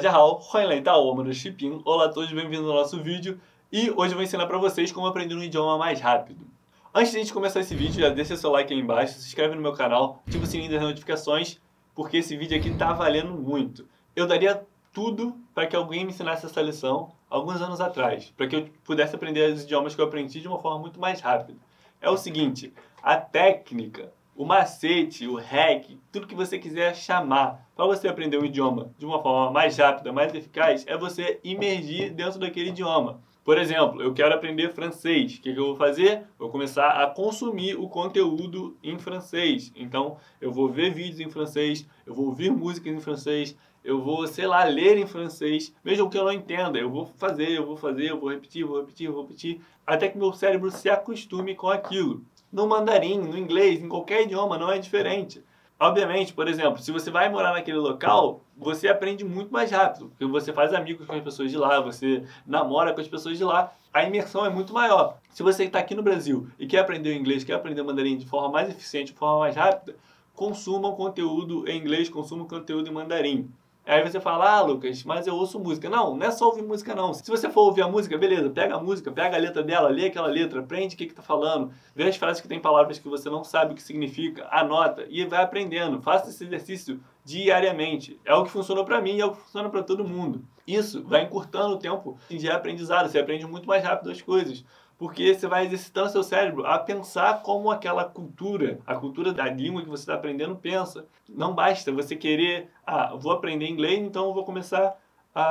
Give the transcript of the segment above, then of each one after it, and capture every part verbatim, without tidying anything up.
好，欢迎来到我们的视频. Olá a todos, bem-vindos ao nosso vídeo. E hoje eu vou ensinar para vocês como aprender um idioma mais rápido. Antes de a gente começar esse vídeo, já deixa seu like aí embaixo, se inscreve no meu canal, ativa o sininho das notificações, porque esse vídeo aqui tá valendo muito. Eu daria tudo para que alguém me ensinasse essa lição alguns anos atrás, para que eu pudesse aprender os idiomas que eu aprendi de uma forma muito mais rápida. É o seguinte, a técnica, o macete, o hack, tudo que você quiser chamar para você aprender um idioma de uma forma mais rápida, mais eficaz, é você imergir dentro daquele idioma. Por exemplo, eu quero aprender francês. O que, que eu vou fazer? Vou começar a consumir o conteúdo em francês. Então, eu vou ver vídeos em francês, eu vou ouvir músicas em francês, eu vou, sei lá, ler em francês, mesmo que eu não entenda, eu vou fazer, eu vou fazer, eu vou repetir, vou repetir, vou repetir, até que meu cérebro se acostume com aquilo. No mandarim, no inglês, em qualquer idioma, não é diferente. Obviamente, por exemplo, se você vai morar naquele local, você aprende muito mais rápido, porque você faz amigos com as pessoas de lá, você namora com as pessoas de lá, a imersão é muito maior. Se você está aqui no Brasil e quer aprender o inglês, quer aprender o mandarim de forma mais eficiente, de forma mais rápida, consuma conteúdo em inglês, consuma conteúdo em mandarim. Aí você fala, ah, Lucas, mas eu ouço música. Não, não é só ouvir música, não. Se você for ouvir a música, beleza, pega a música, pega a letra dela, lê aquela letra, aprende o que que tá falando, vê as frases que tem palavras que você não sabe o que significa, anota e vai aprendendo. Faça esse exercício diariamente. É o que funcionou para mim e é o que funciona para todo mundo. Isso vai encurtando o tempo de aprendizado, você aprende muito mais rápido as coisas. Porque você vai exercitando seu cérebro a pensar como aquela cultura, a cultura da língua que você está aprendendo pensa. Não basta você querer, ah, vou aprender inglês, então eu vou começar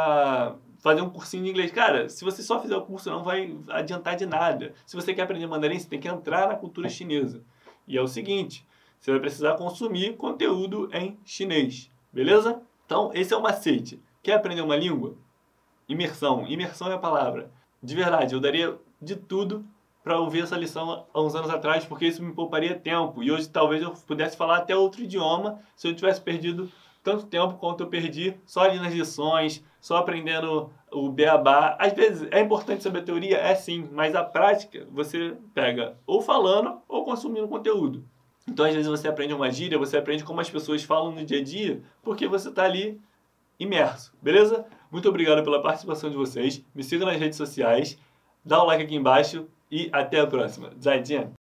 a fazer um cursinho de inglês. Cara, se você só fizer o curso, não vai adiantar de nada. Se você quer aprender mandarim, você tem que entrar na cultura chinesa. E é o seguinte, você vai precisar consumir conteúdo em chinês, beleza? Então, esse é o macete. Quer aprender uma língua? Imersão. Imersão é a palavra. De verdade, eu daria de tudo para ouvir essa lição há uns anos atrás, porque isso me pouparia tempo. E hoje talvez eu pudesse falar até outro idioma se eu tivesse perdido tanto tempo quanto eu perdi só ali nas lições, só aprendendo o beabá. Às vezes é importante saber teoria, é sim, mas a prática você pega ou falando ou consumindo conteúdo. Então às vezes você aprende uma gíria, você aprende como as pessoas falam no dia a dia, porque você está ali imerso, beleza? Muito obrigado pela participação de vocês, me sigam nas redes sociais, dá um like aqui embaixo e até a próxima. Zaijian!